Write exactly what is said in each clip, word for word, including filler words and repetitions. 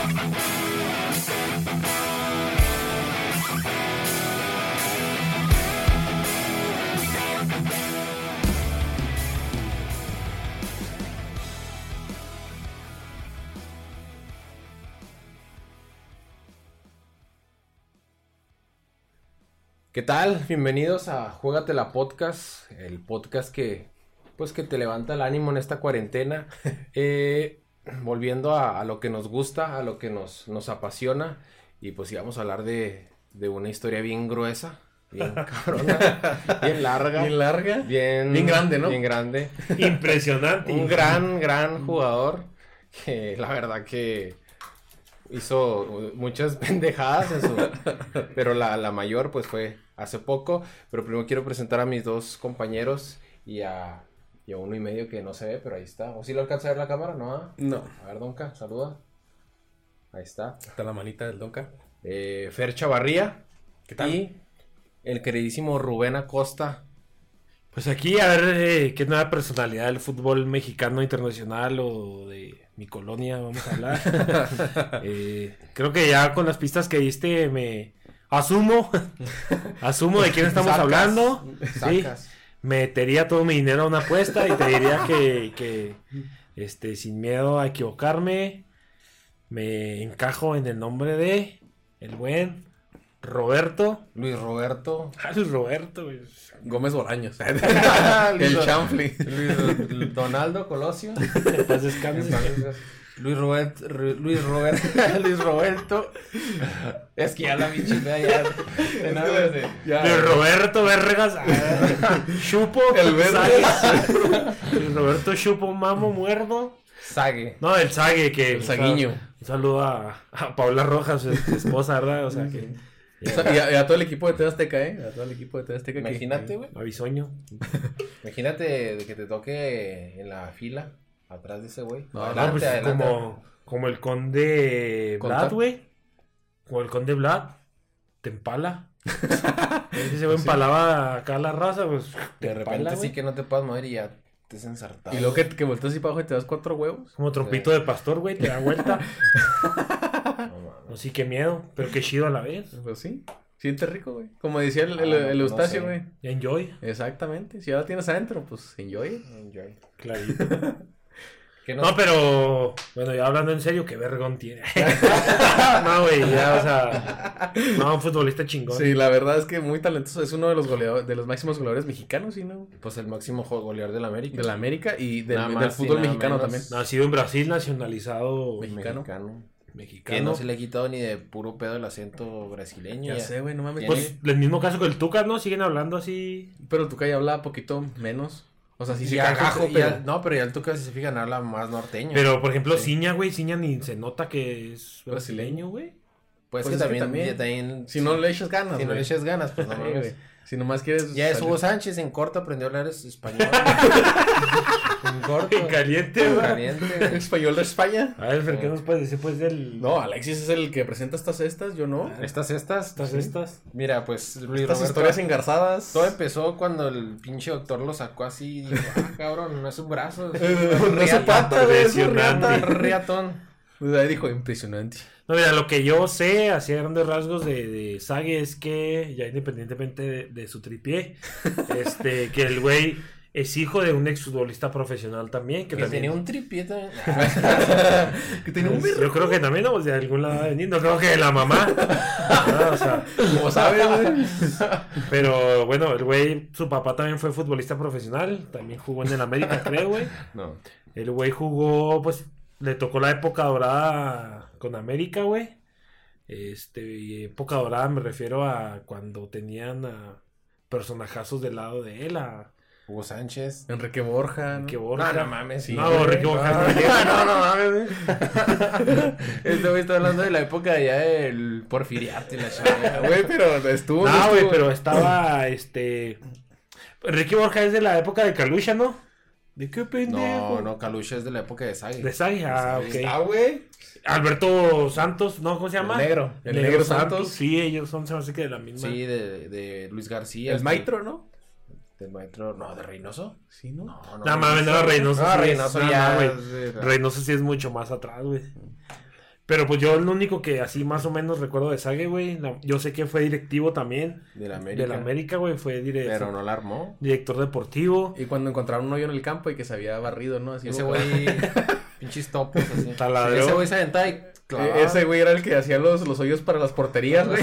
¿Qué tal? Bienvenidos a Juégatela Podcast, el podcast que pues que te levanta el ánimo en esta cuarentena. Eh, volviendo a, a lo que nos gusta, a lo que nos, nos apasiona, y pues íbamos a hablar de, de una historia bien gruesa, bien cabrona, bien larga, bien larga, bien, bien grande, ¿no? Bien grande. Impresionante. Un gran, gran jugador que la verdad que hizo muchas pendejadas en su, pero la, la mayor pues fue hace poco. Pero primero quiero presentar a mis dos compañeros y a, y a uno y medio que no se ve, pero ahí está. ¿O si lo alcanza a ver la cámara? No. No. A ver, Donca, saluda. Ahí está. Está la manita del Donca. Eh, Fer Chavarría. ¿Qué tal? Y el queridísimo Rubén Acosta. Pues aquí a ver eh, qué nueva personalidad del fútbol mexicano internacional o de mi colonia vamos a hablar. eh, creo que ya con las pistas que diste me asumo, asumo de quién estamos Sacas, hablando. Sacas. Sí, metería todo mi dinero a una apuesta y te diría que, que este, sin miedo a equivocarme, me encajo en el nombre de el buen Roberto. Luis Roberto. Ah, Luis Roberto, güey. Gómez Bolaños. Luis El chanfli. Luis Donaldo Colosio. Paz descanse. Luis Roberto, Luis Roberto, Luis Roberto. Es que ya la mi chingada ya. De nada, de, ya. Luis Roberto Vergas. ah, Chupo. El Vergas. Luis Roberto Chupo Mamo Muerdo. Sague. No, el Sague que. El Saguiño. Un saludo a, a Paula Rojas, su esposa, ¿verdad? O sea que. Y a, y a todo el equipo de T V Azteca, ¿eh? A todo el equipo de T V Azteca. Imagínate, güey. A Bisoño. Imagínate de que te toque en la fila atrás de ese güey. No, adelante, No, pues adelante. como, como el conde ¿Contar? Vlad, güey. Como el conde Vlad. Te empala. Ese güey empalaba acá a la raza, pues. Te De repente empala, sí güey. que no te puedas mover y ya te has ensartado. Y luego que, que volteas así para abajo y te das cuatro huevos. Como trompito de pastor, güey. Te da vuelta. No, mames. No, sí, qué miedo. Pero qué chido a la vez. Pues sí. Siente rico, güey. Como decía el, el, Ah, el no Eustacio, sé. güey. Enjoy. Exactamente. Si ya la tienes adentro, pues enjoy. Enjoy. Clarito. ¿Qué No, pero, bueno, ya hablando en serio, qué vergón tiene. No, güey, ya, o sea, no, un futbolista chingón. Sí, la verdad es que muy talentoso. Es uno de los goleadores, de los máximos goleadores mexicanos, ¿sí, no? Pues el máximo juego goleador de la América. De la América y del, Nada del más y fútbol nada mexicano menos. también. Nacido en Brasil, nacionalizado Mexicano. mexicano. Que mexicano. no se le ha quitado ni de puro pedo el acento brasileño. Ya sé, güey, no mames. Pues, el mismo caso que el Tuca, ¿no? Siguen hablando así. Pero tu calle habla poquito menos. O sea, sí se Y ya- cagajo, y pero... ya- no, pero ya el Tuca, si se fijan, habla más norteño. Pero, por ejemplo, Sí. Ciña, güey, Ciña ni se nota que es Brasileño. brasileño, güey. Pues, Pues que es que también, también, ya también Si no le echas ganas, si no le güey. echas ganas, pues no Sí, mames. güey. Si nomás quieres... Ya es salir- Hugo Sánchez, en corto aprendió a hablar es- español. En corto. En caliente, En güey. caliente. Español de España. A ver, Fer, ¿qué nos puedes decir, pues, del... No, Alexis es el que presenta estas cestas, yo no. Estas, estas. Estas, sí. estas. Mira, pues Luis Estas Roberto, historias engarzadas. todo empezó cuando el pinche doctor lo sacó así y dijo, ah, cabrón, no es un brazo. Es Eh, un no se riatón, pata, güey, es un impresionante. riata. riatón. Pues ahí dijo, impresionante. No, mira, lo que yo sé, así a grandes rasgos de, de Sague es que, ya independientemente de, de su tripié, este, que el güey es hijo de un exfutbolista profesional también, que, Que también... tenía un tripié también. Que tenía un Pues, birro. yo creo que también, no, pues, de algún lado va a venir, no creo que de la mamá. No, o sea, Como sabes, güey. pero bueno, el güey, su papá también fue futbolista profesional, también jugó en el América, creo, güey. No. El güey jugó, pues, le tocó la época dorada con América, güey. Este, y época dorada me refiero a cuando tenían a personajazos del lado de él, a Hugo Sánchez. Enrique Borja, ¿no? que Borja. No, no mames, sí. No, güey. Enrique Borja. No, no mames, güey. Este güey está hablando de la época ya del Porfiriate y la chingada. Güey, pero estuvo. No, güey, estuvo- pero estaba, este... Enrique Borja es de la época de Calucha, ¿no? ¿De qué pendejo? No, no, Calucha es de la época de Sague. De Sague, ah, De Sague. ok. Ah, güey. Alberto Santos, ¿no? ¿Cómo se llama? El negro. El negro Santos. Sí, ellos son, se me hace que de la misma. Sí, de, de Luis García. El maestro, ¿no? Del maestro, no, de Reynoso. Sí, ¿no? No, No mames, no, Reynoso. No, sí es- Reynoso no, ya. no, güey. es de- Reynoso sí es mucho más atrás, güey. Pero pues yo lo único que así más o menos recuerdo de Sague, güey, la- yo sé que fue directivo también De la América. de la América, güey, fue dire- Pero no la armó. director deportivo. Y cuando encontraron un hoyo en el campo y que se había barrido, ¿no? Así Ese como- güey, pinches topos así. Taladró. Ese güey se aventaba y clavaba. Eh, Ese güey era el que hacía los, los hoyos para las porterías, güey.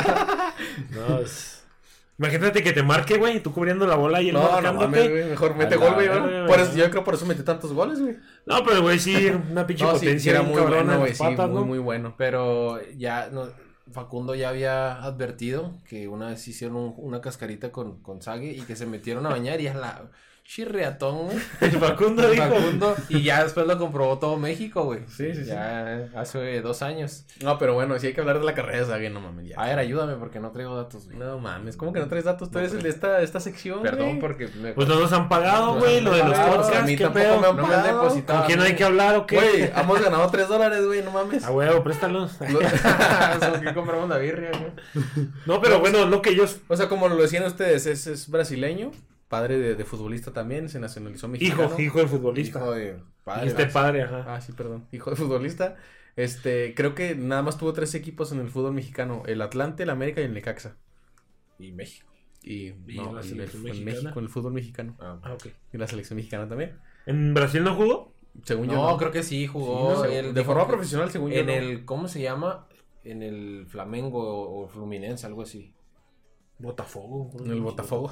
No, es- Imagínate que te marque, güey, tú cubriendo la bola y él No, no marcándote. mames, güey. Mejor mete A la gol, güey. verga, ¿no? güey. Por eso, yo creo por eso metió tantos goles, güey. No, pero güey, sí, una pinche No, sí, potencia sí era bien muy cabrona bueno, en güey. las Sí, patas, muy, ¿no? muy bueno. Pero ya no, Facundo ya había advertido que una vez hicieron un- una cascarita con, con Sague y que se metieron a bañar y a la chirreatón, güey. El Facundo dijo. Facundo, y ya después lo comprobó todo México, güey. Sí, sí, sí. Ya hace dos años. No, pero bueno, sí hay que hablar de la carrera de Sague, no mames, ya. A ver, ayúdame porque no traigo datos, güey. No mames, ¿cómo que no traes datos? Tú No, eres el güey. de esta, esta sección, Perdón güey. porque me... Pues no nos han pagado, No, güey, no lo de me los han pagado, podcasts, a mí ¿qué tampoco pedo? me han no me han pagado. depositado. ¿Con quién hay que hablar o qué? Güey, hemos ganado tres dólares, güey, no mames. A huevo, préstalos. Eso que compramos la birria, güey. No, pero bueno, lo que ellos... O sea, como lo decían ustedes, es, es brasileño, padre de, de futbolista también, se nacionalizó mexicano. Hijo, hijo del futbolista. Hijo de padre. Y este ¿verdad? padre, ajá. Ah, sí, perdón. Hijo de futbolista. Este, creo que nada más tuvo tres equipos en el fútbol mexicano: el Atlante, el América y el Necaxa. Y México. Y, Y no, la en, el- selección en mexicana. México, en el fútbol mexicano. Ah. Ah, ok. Y la selección mexicana también. ¿En Brasil no jugó? Según yo. No, no. creo que sí jugó. Sí, no, él de dijo forma que- profesional, según yo. En no. el, ¿cómo se llama? En el Flamengo o, o Fluminense, algo así. Botafogo. En el Botafogo.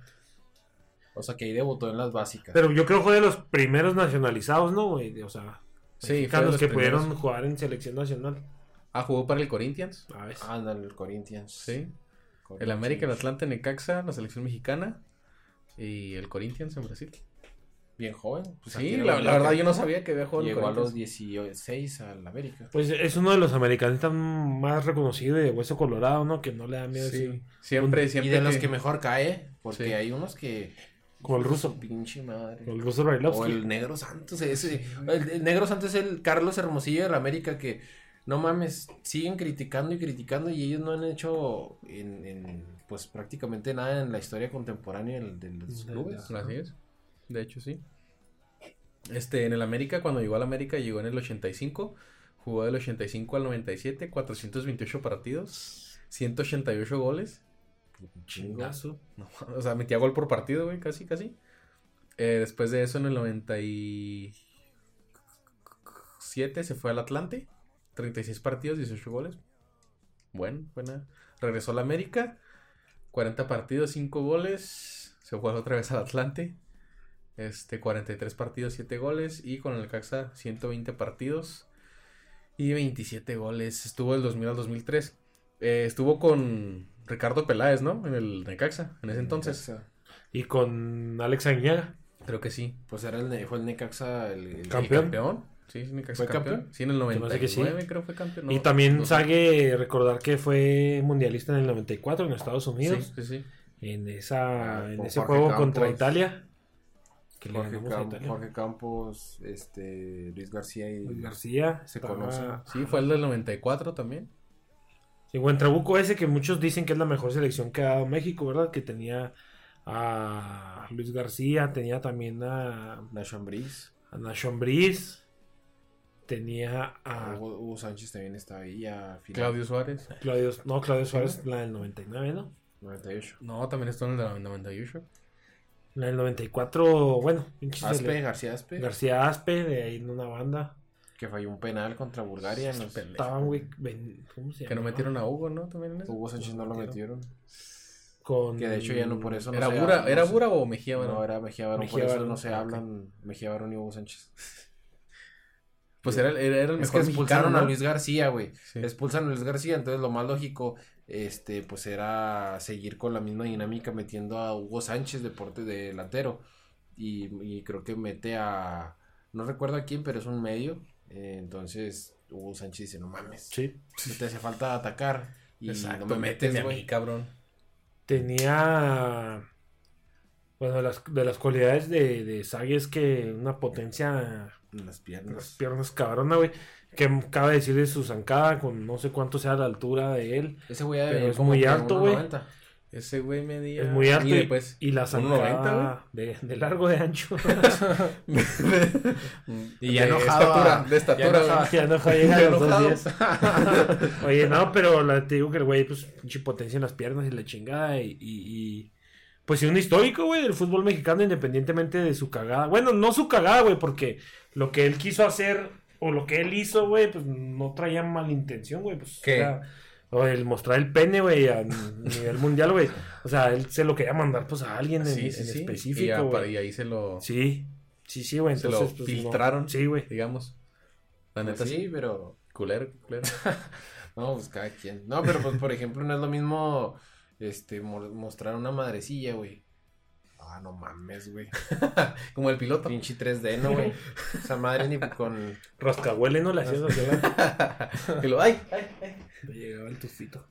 O sea, que ahí debutó en las básicas. Pero yo creo que fue de los primeros nacionalizados, ¿no, güey? O sea, Sí, fue de mexicanos los que primeros. pudieron jugar en selección nacional. Ah, jugó para el Corinthians. A ver. Anda, el Corinthians. Sí. Corinthians. El América, el Atlante, Necaxa, la selección mexicana. Y el Corinthians en Brasil. Bien joven. Pues aquí Sí, en la, la América verdad yo no sabía que había jugado en el Llegó a los Corinthians. dieciséis al América. Pues es uno de los americanistas más reconocidos y de hueso colorado, ¿no? Que no le da miedo decir. Sí, siempre, siempre. Y de los que mejor cae, porque Sí. hay unos que... Como el ruso. Su pinche madre. Con el ruso O Brailovsky. el Negro Santos, ese. El, el Negro Santos es el Carlos Hermosillo de la América que, no mames, siguen criticando y criticando y ellos no han hecho en, en pues prácticamente nada en la historia contemporánea del- de, los De- clubes. Así es. De hecho, sí. Este, en el América, cuando llegó al América, llegó en el ochenta y cinco. Jugó del ochenta y cinco al noventa y siete, cuatrocientos veintiocho partidos, ciento ochenta y ocho goles. Chingazo. No, o sea, metía gol por partido, güey, casi, casi. Eh, después de eso, en el noventa y siete se fue al Atlante. treinta y seis partidos, dieciocho goles. Bueno, buena. Regresó al América. cuarenta partidos, cinco goles. Se fue otra vez al Atlante. Este, cuarenta y tres partidos, siete goles. Y con el Necaxa, ciento veinte partidos y veintisiete goles. Estuvo del dos mil al dos mil tres. Eh, estuvo con Ricardo Peláez, ¿no? En el Necaxa, en ese entonces. Necaxa. Y con Alex Aguinaga. Creo que sí. Pues era el, Ne- fue el Necaxa el, el- Campeón. ¿Campeón? Sí, sí, Necaxa ¿Fue campeón. campeón? Sí, en el noventa y nueve que sí. creo fue campeón. y no, también no sé. Sague, recordar que fue mundialista en el noventa y cuatro en Estados Sí, Unidos. sí, sí. En esa Ah, en con ese Jorge juego Campos. contra Italia. Que le Jorge, ganamos a Cam- Italia. Jorge Campos, este, Luis García y... Luis García. Se estaba- conocen. Sí, fue el del noventa y cuatro también. Sí, buen Trabuco ese que muchos dicen que es la mejor selección que ha dado México, ¿verdad? Que tenía a Luis García, tenía también a, Nacho Ambriz. a Nacho Ambriz, tenía a Hugo, Hugo Sánchez también estaba ahí a final. Claudio Suárez. Claudio, no, Claudio Suárez, la del noventa y nueve, ¿no? noventa y ocho. No, también estuvo en el del noventa y ocho. La del noventa y cuatro, bueno, pinche Aspe, sele- García Aspe, García Aspe, de ahí en una banda. que falló un penal contra Bulgaria. En los- Pendejo. Estaban, güey, ven- ¿cómo se Que no llama? metieron a Hugo, ¿no? También en ese. Hugo Sánchez no lo metieron. Con... Que de hecho ya no por eso no ¿Era se Bura, habla, ¿era no se- Bura o Mejía? No, Barón? era Mejía Barón, Mejía por eso Barón, no se ok. hablan Mejía Barón y Hugo Sánchez. Pues era, era, era el Es que mejor expulsaron mexicano, a ¿no? Luis García, güey. Sí. Expulsan a Luis García, entonces lo más lógico, este, pues era seguir con la misma dinámica metiendo a Hugo Sánchez de porte de delantero. Y, y creo que mete a, no recuerdo a quién, pero es un medio. Eh, entonces Hugo Sánchez dice, no mames, Sí. no te hace falta atacar. Y Exacto, no me méteme metes, a mí, güey. cabrón. Tenía... Bueno, de las, de las cualidades de, de Sague es que una potencia En las en piernas. las piernas cabrona, güey. Que cabe decir de su zancada con no sé cuánto sea la altura de él. Ese güey ha de Pero medir es como muy que alto, uno güey. noventa. Ese güey medía... Es muy alto y, y, después, y la uno noventa, zancada de, de largo, de ancho. Y ya de enojado estatura, a- de estatura, ya enojado. güey. Ya no llega a Ya los dos enojado. días. Oye, no, pero la- te digo que el güey, pues, pinche potencia en las piernas y la chingada. Y, y, y, pues, sí, un histórico, güey, del fútbol mexicano, independientemente de su cagada. Bueno, no su cagada, güey, porque lo que él quiso hacer o lo que él hizo, güey, pues, no traía mala intención, güey. Pues, ¿Qué? o sea, o el mostrar el pene, güey, a nivel mundial, güey. O sea, él se lo quería mandar, pues, a alguien en, Sí, sí, en sí. Y, específico, ya- güey. y ahí se lo, Sí, sí, sí, güey. se Entonces, lo pues, no. filtraron, Sí, güey. digamos. La Pues neta, sí, sí. pero... Culero, culero. No, pues cada quien. No, pero pues por ejemplo no es lo mismo este mo- mostrar una madrecilla, güey. Ah, no mames, güey. Como el piloto. Pinche tres D, ¿no, güey? Esa madre ni con... Rascahuele, ¿no? Le hacías hacia la... Y lo, ay, ay, ay. Le llegaba el tufito.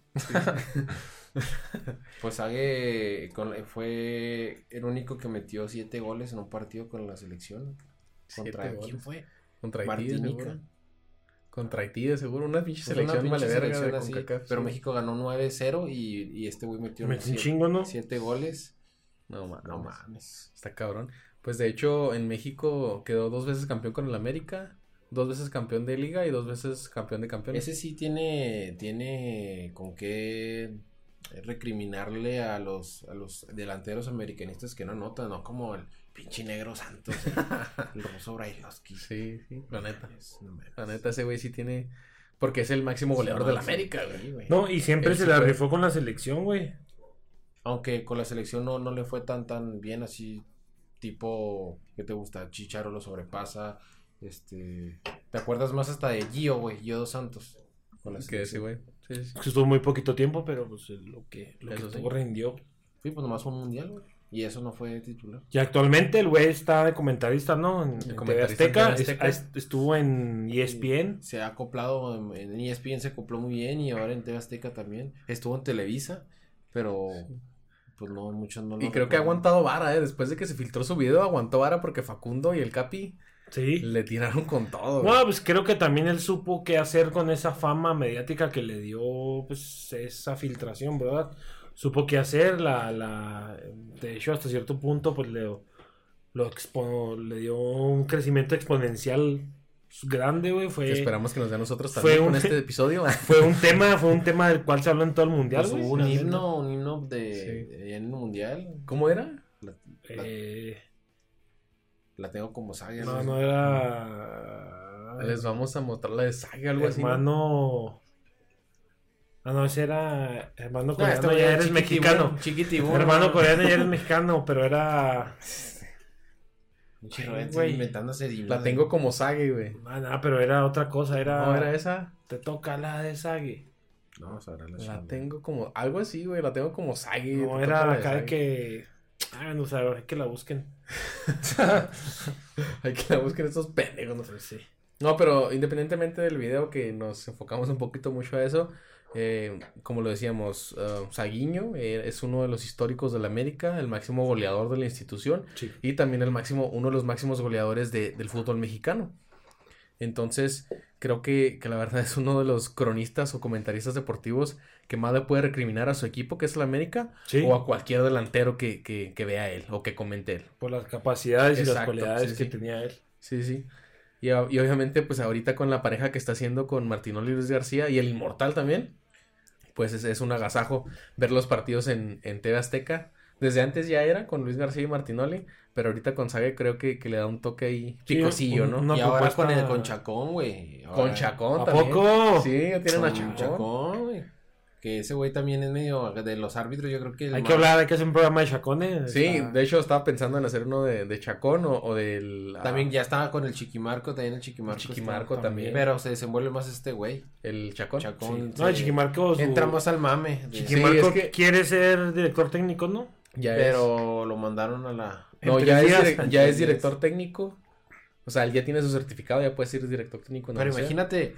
Pues Sague con- fue el único que metió siete goles en un partido con la selección. ¿Contra Siete quién goles. fue? Contra Haití, de Martinica. seguro. Contra Haití, de seguro. Una pinche Pues una selección pinche vale verga de selección así, CONCACAF, pero sí. México ganó nueve cero y, y este güey metió Metió un siete, chingo, ¿no? siete goles. No mames. No mames. Está cabrón. Pues de hecho, en México quedó dos veces campeón con el América, dos veces campeón de Liga y dos veces campeón de campeones. Ese sí tiene, tiene con qué recriminarle a los, a los delanteros americanistas que no anotan, ¿no? Como el pinche negro Santos, el, el ruso Brailovsky. Sí, sí, la neta. No mames. La neta, ese güey sí tiene... Porque es el máximo goleador Sí, de la sí, América, sí, güey. güey. No, y siempre Él se sí la fue. rifó con la selección, güey. Aunque con la selección no, no le fue tan tan bien así, tipo, ¿qué te gusta? Chicharo lo sobrepasa, este... ¿Te acuerdas más hasta de Gio, güey? Gio dos Santos. Con la Que ese selección. güey. Sí, sí. Estuvo muy poquito tiempo, pero pues lo que, lo que Eso sí. tuvo rindió. Sí, pues nomás fue un mundial, güey. Y eso no fue titular. Y actualmente el güey está de comentarista, ¿no? En, en T V comentarista en Azteca. T V Azteca. Es- est- estuvo en E S P N. Se ha acoplado, en, en E S P N se acopló muy bien y ahora en T V Azteca también. Estuvo en Televisa, pero pues no, muchos no lo Y creo que ha recuerdan. aguantado vara, ¿eh? Después de que se filtró su video, aguantó vara porque Facundo y el Capi Sí. le tiraron con todo. güey. No, pues creo que también él supo qué hacer con esa fama mediática que le dio, pues, esa filtración, ¿verdad? Supo qué hacer, la, la, de hecho, hasta cierto punto, pues, le, lo expo- le dio un crecimiento exponencial grande, güey, fue... Que esperamos que nos dé a nosotros fue también un- con este episodio. Fue un tema, fue un tema del cual se habló en todo el mundial, Pues güey. hubo un la neta. himno, un himno de, Sí. de- en el mundial. ¿Cómo era? La, la- Eh, la tengo como saga. no, no era... Les vamos a mostrar la de Saga, algo así. ¿no? Hermano... Ah, no, ese era... Hermano No, coreano, este güey ya era eres chiquitibú, mexicano. chiquitibú, Hermano ¿no? coreano, ya eres mexicano, pero era... Pinche Ay, Roberto güey. inventándose himnos. La tengo como Saga, güey. Ah, no, pero era otra cosa, era... ¿No era esa? Te toca la de Sagi. No, sabrá la La chingada. tengo como... Algo así, güey. La tengo como Saga. No, era acá de que... Ah, no sé, hay que la busquen. Hay que la busquen estos pendejos. ¿no? Pues sí. No, pero independientemente del video, que nos enfocamos un poquito mucho a eso, eh, como lo decíamos, uh, Saguiño eh, es uno de los históricos de la América, el máximo goleador de la institución Sí. y también el máximo, uno de los máximos goleadores de- del fútbol mexicano. Entonces, creo que, que la verdad es uno de los cronistas o comentaristas deportivos que más le puede recriminar a su equipo, que es el América, Sí. o a cualquier delantero que, que, que vea él o que comente él. Por las capacidades y las Exacto, cualidades sí, que sí. tenía él. Sí, sí. Y, a- y obviamente, pues ahorita con la pareja que está haciendo con Martinoli y Luis García y el Inmortal también, pues es, es un agasajo ver los partidos en, en T V Azteca. Desde antes ya era con Luis García y Martinoli, pero ahorita con Sague creo que, que le da un toque ahí Sí, picosillo, un- ¿no? una Y ahora propuesta- con el con Chacón, güey. Ahora- Con Chacón ¿A también. poco? Sí, ya tienen a Con Chacón. Chacón, güey. Que ese güey también es medio de los árbitros, yo creo que el Hay más- que hablar, hay que hacer un programa de chacones. Sí, Está- de hecho estaba pensando en hacer uno de, de Chacón o, o del... ah, También ya estaba con el Chiquimarco, también el Chiquimarco. El Chiquimarco está- también. Pero se desenvuelve más este güey. el Chacón. Chacón. No, el se- Chiquimarco... su- Entra más al mame. de- Chiqui- Chiquimarco Sí, es que- quiere ser director técnico, ¿no? Ya es. pero lo mandaron a la... No, en ya tres es, días. direc- ya es director técnico. O sea, él ya tiene su certificado, ya puede ser director técnico. en Pero donde sea. imagínate,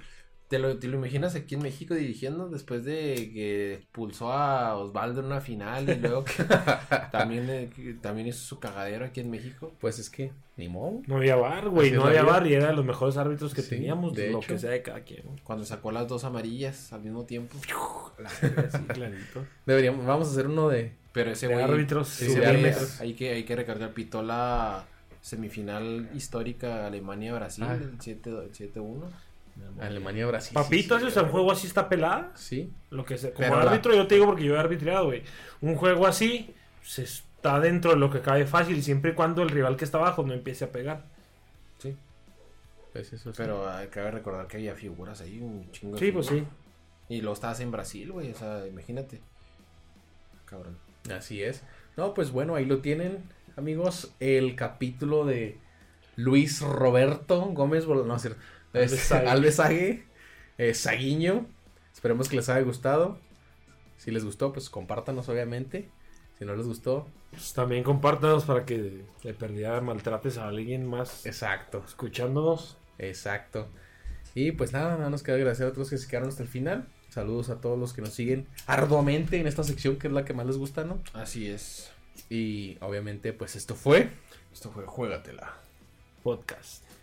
¿Te lo, ¿Te lo imaginas aquí en México dirigiendo después de que expulsó a Osvaldo en una final y luego que también, eh, que también hizo su cagadero aquí en México? Pues es que, ni modo. No había bar, güey, Así no es la había vida. bar y era de los mejores árbitros que Sí, teníamos, de lo hecho. que sea de cada quien. Cuando sacó las dos amarillas al mismo tiempo. Sí, clarito. Deberíamos, vamos a hacer uno de... Pero ese De güey, árbitros ese sí, de güey, árbitros. hay que, hay que recalcar, pitó la semifinal histórica Alemania-Brasil, Ah. el siete uno. Alemania-Brasil. Papito, sí, si sí, o sea, un juego así está pelada. Sí. Lo que sea. Como Pero la- árbitro, yo te digo porque yo he arbitrado, güey. Un juego así se está dentro de lo que cabe fácil, siempre y cuando el rival que está abajo no empiece a pegar. Sí, Pues eso sí. pero hay que recordar que había figuras ahí, un chingo de Sí, pues sí. figuras. Y luego estabas en Brasil, güey, o sea, imagínate. Cabrón. Así es. No, pues bueno, ahí lo tienen, amigos. El capítulo de Luis Roberto Gómez Bol... No, es cierto. Es Alvesague. Alvesague, eh, Saguiño. Esperemos que les haya gustado. Si les gustó, pues compártanos, obviamente. Si no les gustó, Pues también compártanos para que de perdida maltrates a alguien más exacto. escuchándonos. Exacto. Y pues nada, nada nos queda agradecer a todos que se quedaron hasta el final. Saludos a todos los que nos siguen arduamente en esta sección que es la que más les gusta, ¿no? Así es. Y obviamente, pues esto fue. Esto fue Juégatela. Podcast.